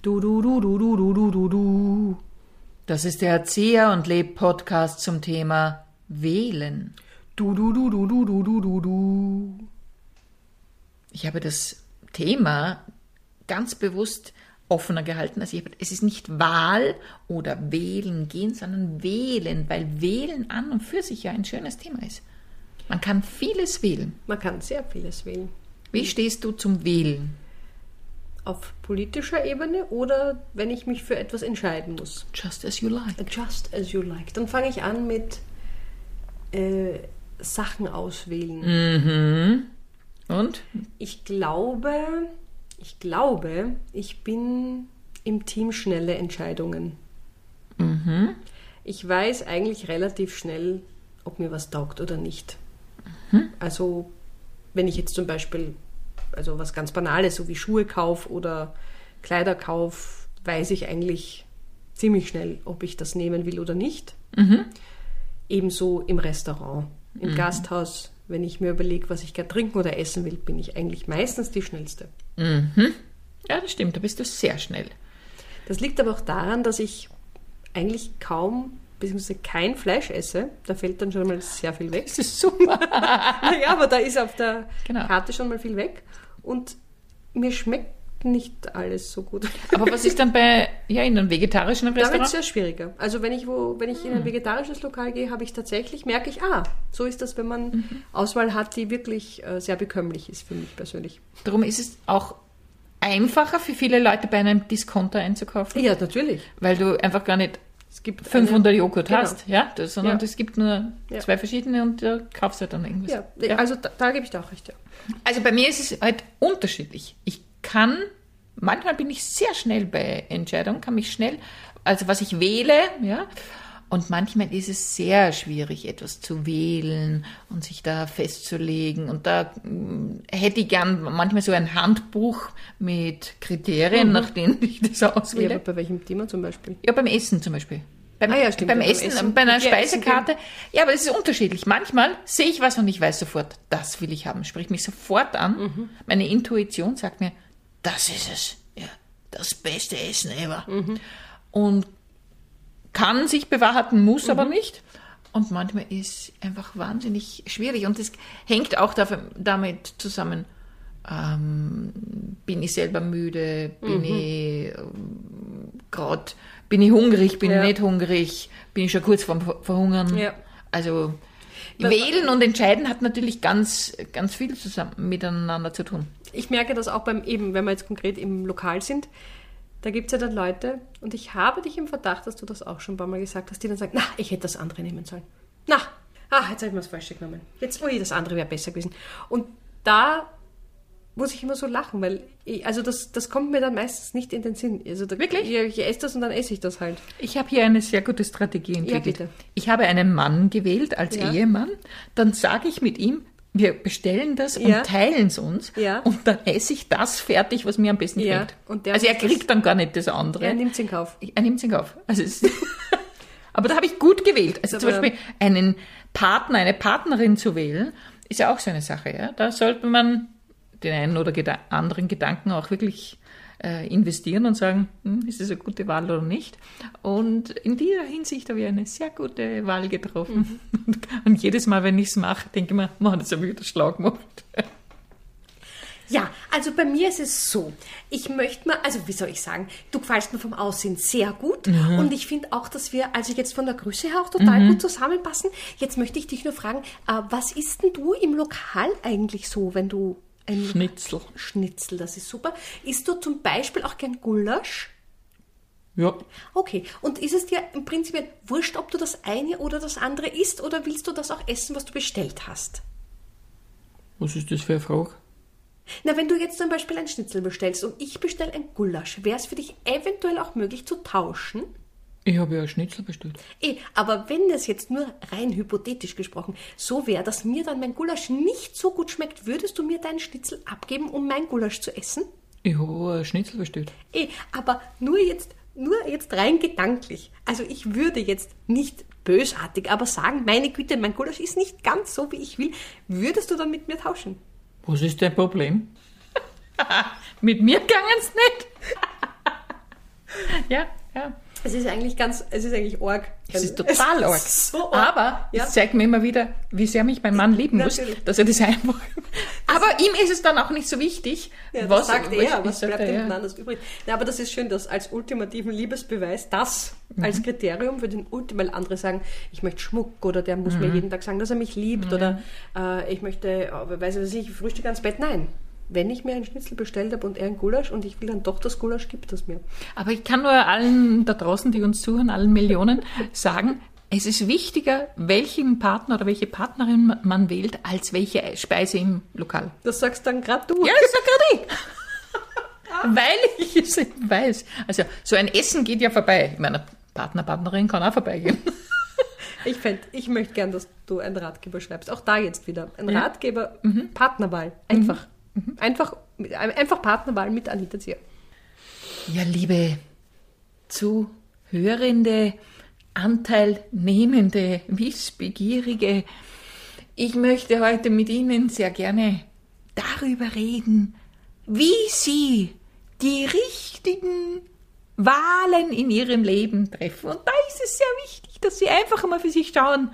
Du, du, du, du, du, du, du, du, du. Das ist der Erzieher und Leb Podcast zum Thema Wählen. Du, du, du, du, du, du, du, du, du. Ich habe das Thema ganz bewusst offener gehalten. Also es ist nicht Wahl oder Wählen gehen, sondern Wählen, weil Wählen an und für sich ja ein schönes Thema ist. Man kann vieles wählen. Man kann sehr vieles wählen. Wie stehst du zum Wählen? Auf politischer Ebene oder wenn ich mich für etwas entscheiden muss? Just as you like. Just as you like. Dann fange ich an mit Sachen auswählen. Mhm. Und? Ich glaube, ich bin im Team schnelle Entscheidungen. Mhm. Ich weiß eigentlich relativ schnell, ob mir was taugt oder nicht. Mhm. Also, wenn ich jetzt zum Beispiel, also was ganz Banales, so wie Schuhe kaufe oder Kleider kaufe, weiß ich eigentlich ziemlich schnell, ob ich das nehmen will oder nicht. Mhm. Ebenso im Restaurant, im Gasthaus. Wenn ich mir überlege, was ich gerne trinken oder essen will, bin ich eigentlich meistens die Schnellste. Mhm. Ja, das stimmt, da bist du sehr schnell. Das liegt aber auch daran, dass ich eigentlich kaum bzw. kein Fleisch esse. Da fällt dann schon mal sehr viel weg. Das ist super. Naja, aber da ist auf der Genau. Karte schon mal viel weg. Und mir schmeckt nicht alles so gut. Aber was ist dann bei in einem vegetarischen Da wird es Restaurant? sehr schwieriger. Also wenn ich in ein vegetarisches Lokal gehe, merke ich, so ist das, wenn man Auswahl hat, die wirklich sehr bekömmlich ist für mich persönlich. Darum ist es auch einfacher für viele Leute bei einem Discounter einzukaufen, Ja, natürlich. weil du einfach gar nicht Es gibt 500 Joghurt Genau. hast, sondern Ja. es gibt nur Ja. 2 verschiedene und du kaufst halt dann irgendwas. Ja, also da gebe ich dir auch recht, ja. Also bei mir ist es halt unterschiedlich. Manchmal bin ich sehr schnell bei Entscheidungen, kann mich schnell, also was ich wähle, ja, und manchmal ist es sehr schwierig, etwas zu wählen und sich da festzulegen. Und da hätte ich gern manchmal so ein Handbuch mit Kriterien, nach denen ich das Ja, auswähle. aber bei welchem Thema zum Beispiel? Ja, beim Essen zum Beispiel. Ja, stimmt. Beim Ja, Essen, bei einer Ja, Essen Speisekarte. Ja, aber es ist unterschiedlich. Manchmal sehe ich was und ich weiß sofort, das will ich haben. Spricht mich sofort an. Meine Intuition sagt mir, das ist es. Ja, das beste Essen ever. Und kann sich bewahrheiten, muss aber nicht. Und manchmal ist einfach wahnsinnig schwierig. Und das hängt auch damit zusammen, bin ich selber müde, bin ich hungrig, bin ich nicht hungrig, bin ich schon kurz vorm Verhungern. Ja. Also wählen und entscheiden hat natürlich ganz, ganz viel miteinander zu tun. Ich merke das auch wenn wir jetzt konkret im Lokal sind, da gibt es ja dann Leute, und ich habe dich im Verdacht, dass du das auch schon ein paar Mal gesagt hast, die dann sagen, na, ich hätte das andere nehmen sollen. Jetzt habe ich mir das Falsche genommen. Das andere wäre besser gewesen. Und da muss ich immer so lachen, weil das kommt mir dann meistens nicht in den Sinn. Also Wirklich? Ich esse das und dann esse ich das halt. Ich habe hier eine sehr gute Strategie entwickelt. bitte. Ich habe einen Mann gewählt als Ja. Ehemann, dann sage ich mit ihm, wir bestellen das Ja. und teilen es uns Ja. und dann esse ich das fertig, was mir am besten Ja. gefällt. Und der Also er muss das- kriegt dann gar nicht das andere. Er nimmt es in Kauf. Er nimmt es in Kauf. Also aber da habe ich gut gewählt. Also zum Aber- Beispiel einen Partner, eine Partnerin zu wählen, ist ja auch so eine Sache. Ja? Da sollte man den einen oder anderen Gedanken auch wirklich investieren und sagen, ist das eine gute Wahl oder nicht. Und in dieser Hinsicht habe ich eine sehr gute Wahl getroffen. Und jedes Mal, wenn ich es mache, denke ich mir, man, das habe ich wieder schlau gemacht. Ja, also bei mir ist es so, ich möchte mal, also wie soll ich sagen, du gefällst mir vom Aussehen sehr gut und ich finde auch, dass wir, also jetzt von der Größe her auch total gut zusammenpassen. Jetzt möchte ich dich nur fragen, was isst denn du im Lokal eigentlich so, wenn du ein Schnitzel, das ist super. Isst du zum Beispiel auch gern Gulasch? Ja. Okay, und ist es dir im Prinzip wurscht, ob du das eine oder das andere isst oder willst du das auch essen, was du bestellt hast? Was ist das für eine Frage? Na, wenn du jetzt zum Beispiel ein Schnitzel bestellst und ich bestelle ein Gulasch, wäre es für dich eventuell auch möglich zu tauschen? Ich habe ja ein Schnitzel bestellt. Aber wenn das jetzt nur rein hypothetisch gesprochen so wäre, dass mir dann mein Gulasch nicht so gut schmeckt, würdest du mir deinen Schnitzel abgeben, um mein Gulasch zu essen? Ich habe ein Schnitzel bestellt. Aber nur jetzt rein gedanklich. Also ich würde jetzt nicht bösartig, aber sagen, meine Güte, mein Gulasch ist nicht ganz so, wie ich will. Würdest du dann mit mir tauschen? Was ist dein Problem? Mit mir gegangen es nicht. Ja. Es ist eigentlich arg. Es ist total arg. So arg. Aber es zeigt mir immer wieder, wie sehr mich mein Mann lieben muss, dass er das einfach... Aber ihm ist es dann auch nicht so wichtig, was sagt er, was bleibt dem anders übrig. Ja, aber das ist schön, dass als ultimativen Liebesbeweis das als Kriterium für den weil andere sagen, ich möchte Schmuck oder der muss mir jeden Tag sagen, dass er mich liebt oder ich möchte, ich frühstücke ans Bett. Nein. Wenn ich mir einen Schnitzel bestellt habe und er einen Gulasch und ich will dann doch das Gulasch, gibt es mir. Aber ich kann nur allen da draußen, die uns zuhören, allen Millionen, sagen, es ist wichtiger, welchen Partner oder welche Partnerin man wählt, als welche Speise im Lokal. Das sagst dann gerade du. Ja, das sag gerade ich. Weil ich es weiß. Also so ein Essen geht ja vorbei. Ich meine, Partnerin kann auch vorbeigehen. Ich möchte gern, dass du einen Ratgeber schreibst. Auch da jetzt wieder. Ein Ratgeber, Partnerwahl. Einfach. Einfach Partnerwahl mit Anita Zier. Ja, liebe Zuhörende, Anteilnehmende, Wissbegierige, ich möchte heute mit Ihnen sehr gerne darüber reden, wie Sie die richtigen Wahlen in Ihrem Leben treffen. Und da ist es sehr wichtig, dass Sie einfach mal für sich schauen,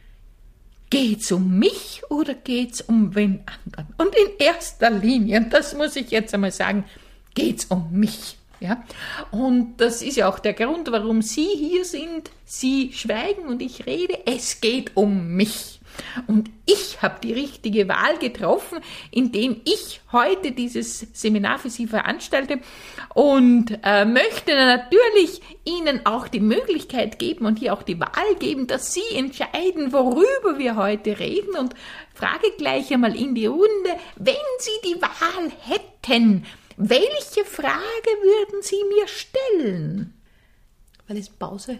geht's um mich oder geht's um wen anderen? Und in erster Linie, und das muss ich jetzt einmal sagen, geht's um mich. Ja? Und das ist ja auch der Grund, warum Sie hier sind. Sie schweigen und ich rede. Es geht um mich. Und ich habe die richtige Wahl getroffen, indem ich heute dieses Seminar für Sie veranstalte und möchte natürlich Ihnen auch die Möglichkeit geben und hier auch die Wahl geben, dass Sie entscheiden, worüber wir heute reden, und frage gleich einmal in die Runde, wenn Sie die Wahl hätten, welche Frage würden Sie mir stellen? Wann ist Pause?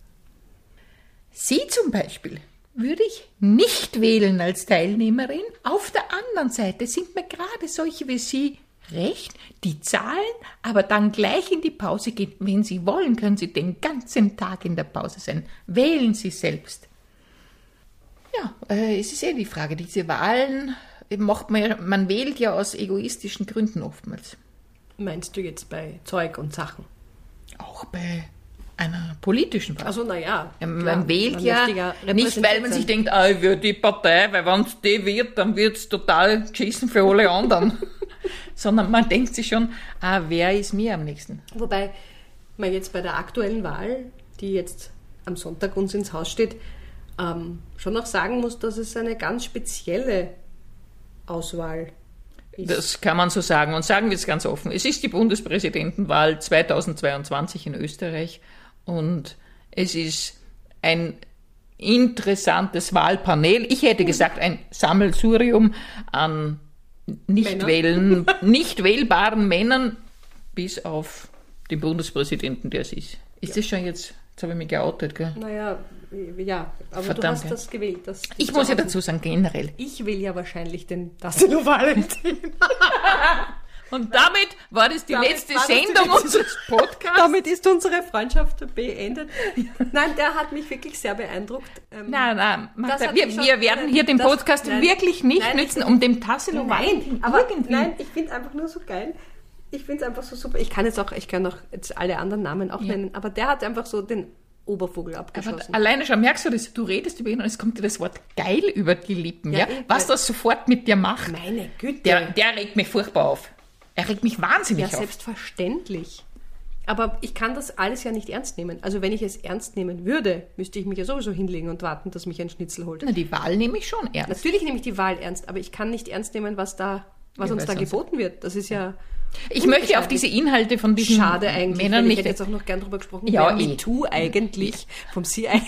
Sie zum Beispiel würde ich nicht wählen als Teilnehmerin. Auf der anderen Seite sind mir gerade solche wie Sie recht, die zahlen, aber dann gleich in die Pause gehen. Wenn Sie wollen, können Sie den ganzen Tag in der Pause sein. Wählen Sie selbst. Ja, es ist die Frage, diese Wahlen macht man wählt ja aus egoistischen Gründen oftmals. Meinst du jetzt bei Zeug und Sachen? Auch bei einer politischen Wahl. Also naja. Man wählt ja nicht, weil man sich denkt, ich will die Partei, weil wenn es die wird, dann wird es total geschissen für alle anderen. Sondern man denkt sich schon, wer ist mir am nächsten? Wobei man jetzt bei der aktuellen Wahl, die jetzt am Sonntag uns ins Haus steht, schon noch sagen muss, dass es eine ganz spezielle Auswahl ist. Das kann man so sagen. Und sagen wir es ganz offen. Es ist die Bundespräsidentenwahl 2022 in Österreich. Und es ist ein interessantes Wahlpanel. Ich hätte gesagt, ein Sammelsurium an nicht wählbaren Männern, bis auf den Bundespräsidenten, der es ist. Ist das schon jetzt habe ich mich geoutet, gell? Naja, ja, aber verdammt, du hast das gewählt. Ich muss ja dazu sagen, generell. Ich will ja wahrscheinlich den Tassilo Valentin. Und damit war das die letzte Sendung unseres Podcasts. Damit ist unsere Freundschaft beendet. Nein, der hat mich wirklich sehr beeindruckt. Nein, Magda, wir werden hier den Podcast wirklich nicht nützen, um dem Tassilo Valentin irgendwie... Nein, ich finde es einfach nur so geil. Ich finde es einfach so super. Ich kann jetzt alle anderen Namen auch nennen, aber der hat einfach so den Obervogel abgeschossen. Aber alleine schon merkst du das, du redest über ihn und es kommt dir das Wort geil über die Lippen, ja? Was das sofort mit dir macht. Meine Güte. Der regt mich furchtbar auf. Er regt mich wahnsinnig auf. Ja, selbstverständlich. Aber ich kann das alles ja nicht ernst nehmen. Also wenn ich es ernst nehmen würde, müsste ich mich ja sowieso hinlegen und warten, dass mich ein Schnitzel holt. Na, die Wahl nehme ich schon ernst. Natürlich nehme ich die Wahl ernst, aber ich kann nicht ernst nehmen, was uns da geboten wird. Das ist ja... Ich möchte auf diese Inhalte von diesen Schade eigentlich, Männern ich nicht... hätte jetzt auch noch gern drüber gesprochen, ja, MeToo eigentlich vom CIA...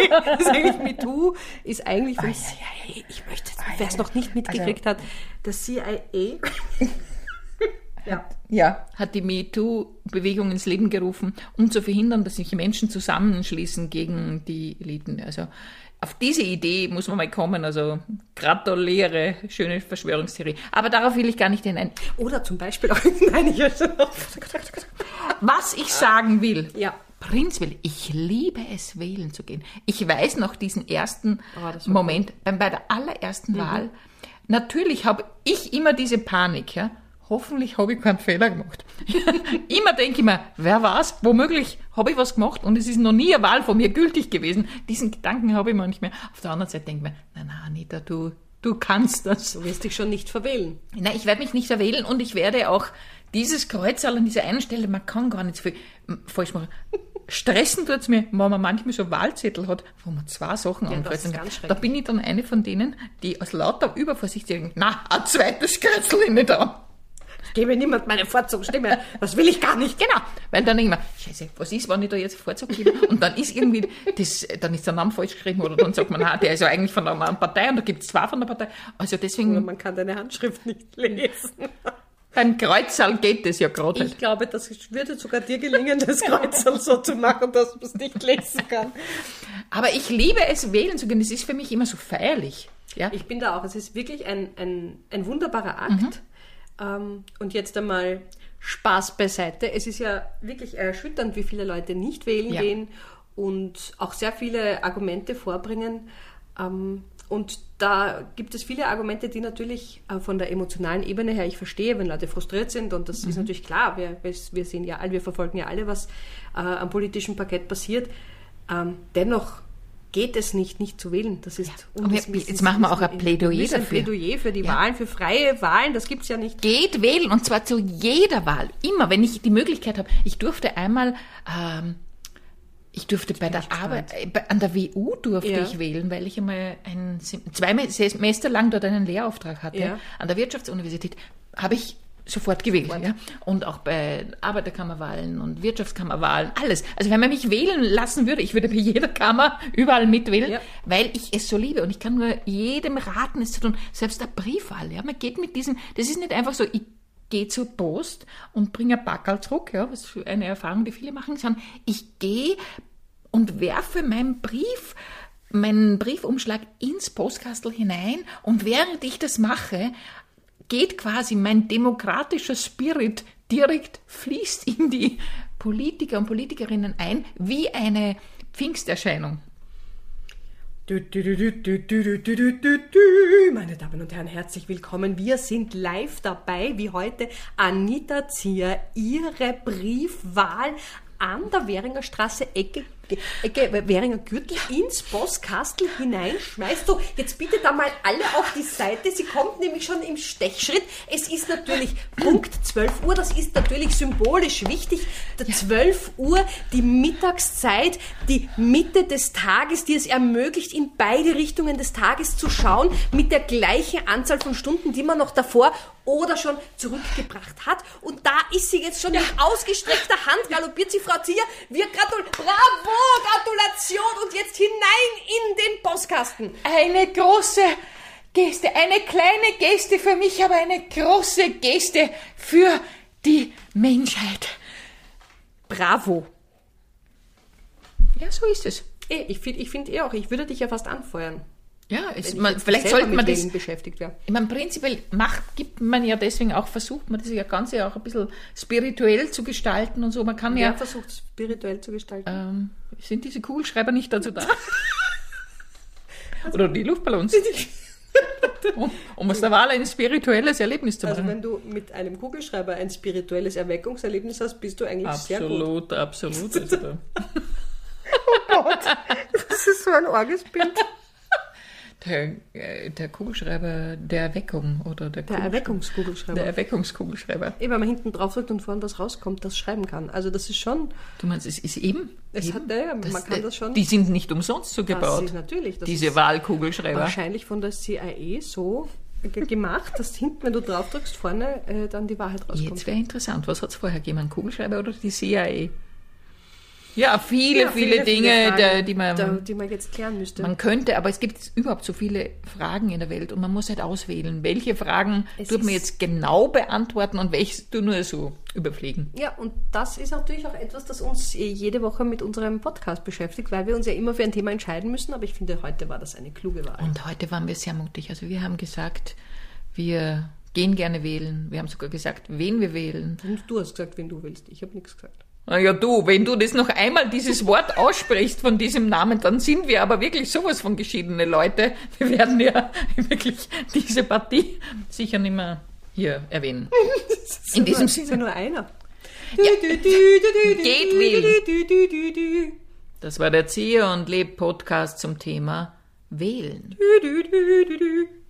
MeToo ist eigentlich vom CIA... Ich möchte, wer es noch nicht mitgekriegt hat, das CIA... hat die MeToo-Bewegung ins Leben gerufen, um zu verhindern, dass sich Menschen zusammenschließen gegen die Eliten. Also auf diese Idee muss man mal kommen. Also gratuliere, schöne Verschwörungstheorie. Aber darauf will ich gar nicht hinein. Oder zum Beispiel auch... Was ich sagen will, prinzipiell, ich liebe es, wählen zu gehen. Ich weiß noch diesen ersten Moment, bei der allerersten Wahl, natürlich habe ich immer diese Panik, ja. hoffentlich habe ich keinen Fehler gemacht. Immer denke ich mir, wer weiß, womöglich habe ich was gemacht und es ist noch nie eine Wahl von mir gültig gewesen. Diesen Gedanken habe ich manchmal. Auf der anderen Seite denke ich mir, nein, Anita, du kannst das. Du wirst dich schon nicht verwählen. Nein, ich werde mich nicht verwählen und ich werde auch dieses Kreuzerl an dieser einen Stelle, man kann gar nicht so viel falsch machen. Stressen tut's mir, wenn man manchmal so Wahlzettel hat, wo man 2 Sachen ankreuzen kann. Da bin ich dann eine von denen, die aus lauter Übervorsicht sagen, na, ein zweites Kreuzerl nicht an. Ich gebe niemand meine Vorzugsstimme, das will ich gar nicht. Genau, weil dann denke ich mir, scheiße, was ist, wenn ich da jetzt Vorzug gebe? Und dann ist irgendwie, dann ist der Name falsch geschrieben oder dann sagt man, der ist ja eigentlich von einer anderen Partei und da gibt es 2 von der Partei. Also deswegen... Oder man kann deine Handschrift nicht lesen. Beim Kreuzerl geht es ja gerade. Ich glaube, das würde sogar dir gelingen, das Kreuzerl so zu machen, dass man es nicht lesen kann. Aber ich liebe es, wählen zu gehen. Das ist für mich immer so feierlich. Ja? Ich bin da auch. Es ist wirklich ein wunderbarer Akt. Und jetzt einmal Spaß beiseite. Es ist ja wirklich erschütternd, wie viele Leute nicht wählen gehen und auch sehr viele Argumente vorbringen. Und da gibt es viele Argumente, die natürlich von der emotionalen Ebene her, ich verstehe, wenn Leute frustriert sind und das ist natürlich klar, wir sehen ja alle, wir verfolgen ja alle, was am politischen Parkett passiert. Dennoch geht es nicht zu wählen. Das ist jetzt machen wir auch ein Plädoyer dafür. Ein Plädoyer für die Wahlen, für freie Wahlen, das gibt's ja nicht. Geht wählen und zwar zu jeder Wahl. Immer, wenn ich die Möglichkeit habe. Ich durfte einmal... bei der Arbeit, an der WU durfte ich wählen, weil ich einmal 2 Semester lang dort einen Lehrauftrag hatte. Ja. An der Wirtschaftsuniversität habe ich sofort gewählt. Ja. Und auch bei Arbeiterkammerwahlen und Wirtschaftskammerwahlen, alles. Also wenn man mich wählen lassen würde, ich würde bei jeder Kammer überall mitwählen, weil ich es so liebe. Und ich kann nur jedem raten, es zu tun. Selbst der Briefwahl, man geht mit diesem, das ist nicht einfach so, ich gehe zur Post und bringe ein Packerl zurück, was für eine Erfahrung, die viele machen, sondern ich gehe und werfe meinen Briefumschlag ins Postkastel hinein und während ich das mache, geht quasi mein demokratischer Spirit direkt, fließt in die Politiker und Politikerinnen ein, wie eine Pfingsterscheinung. Meine Damen und Herren, herzlich willkommen. Wir sind live dabei, wie heute Anita Zier ihre Briefwahl an der Währinger Straße, Ecke Währinger Gürtel ins Postkastel hineinschmeißt. So, jetzt bitte da mal alle auf die Seite. Sie kommt nämlich schon im Stechschritt. Es ist natürlich Punkt 12 Uhr. Das ist natürlich symbolisch wichtig. 12 Uhr, die Mittagszeit, die Mitte des Tages, die es ermöglicht, in beide Richtungen des Tages zu schauen, mit der gleichen Anzahl von Stunden, die man noch davor oder schon zurückgebracht hat. Und da ist sie jetzt schon mit ausgestreckter Hand, galoppiert sie, Frau Zier. Wir gratulieren. Bravo, Gratulation. Und jetzt hinein in den Postkasten. Eine große Geste, eine kleine Geste für mich, aber eine große Geste für die Menschheit. Bravo. Ja, so ist es. Ich finde auch, ich würde dich ja fast anfeuern. Ja, vielleicht sollte man das beschäftigt werden. Ich meine, prinzipiell gibt man ja deswegen auch, versucht man das ja Ganze auch ein bisschen spirituell zu gestalten und so. Man kann ja versucht spirituell zu gestalten. Sind diese Kugelschreiber nicht dazu da? Oder die Luftballons? Um aus der Wahl ein spirituelles Erlebnis zu machen. Also wenn du mit einem Kugelschreiber ein spirituelles Erweckungserlebnis hast, bist du eigentlich sehr gut. Absolut. Oh Gott, das ist so ein arges Bild. Der Kugelschreiber der Erweckung oder der Erweckungskugelschreiber. Der Erweckungskugelschreiber. Wenn man hinten drauf drückt und vorne was rauskommt, das schreiben kann. Also das ist schon... Du meinst, es ist eben? Man kann das schon... Die sind nicht umsonst so gebaut. Das ist natürlich. Diese Wahlkugelschreiber. Wahrscheinlich von der CIA so gemacht, dass hinten, wenn du drauf drückst, vorne dann die Wahrheit rauskommt. Jetzt wäre interessant. Was hat es vorher gegeben? Ein Kugelschreiber oder die CIA? Ja, viele Dinge, Fragen, die man jetzt klären müsste. Man könnte, aber es gibt überhaupt so viele Fragen in der Welt und man muss halt auswählen, welche Fragen tut man jetzt genau beantworten und welche du nur so überfliegen. Ja, und das ist natürlich auch etwas, das uns jede Woche mit unserem Podcast beschäftigt, weil wir uns ja immer für ein Thema entscheiden müssen, aber ich finde, heute war das eine kluge Wahl. Und heute waren wir sehr mutig. Also wir haben gesagt, wir gehen gerne wählen. Wir haben sogar gesagt, wen wir wählen. Und du hast gesagt, wen du willst. Ich habe nichts gesagt. Na ja, wenn du das noch einmal dieses Wort aussprichst von diesem Namen, dann sind wir aber wirklich sowas von geschiedene Leute. Wir werden ja wirklich diese Partie sicher nicht mehr hier erwähnen. In diesem Sinne. Ist ja nur einer. Ja. Geht wählen. Das war der Erzieher und Leb Podcast zum Thema Wählen.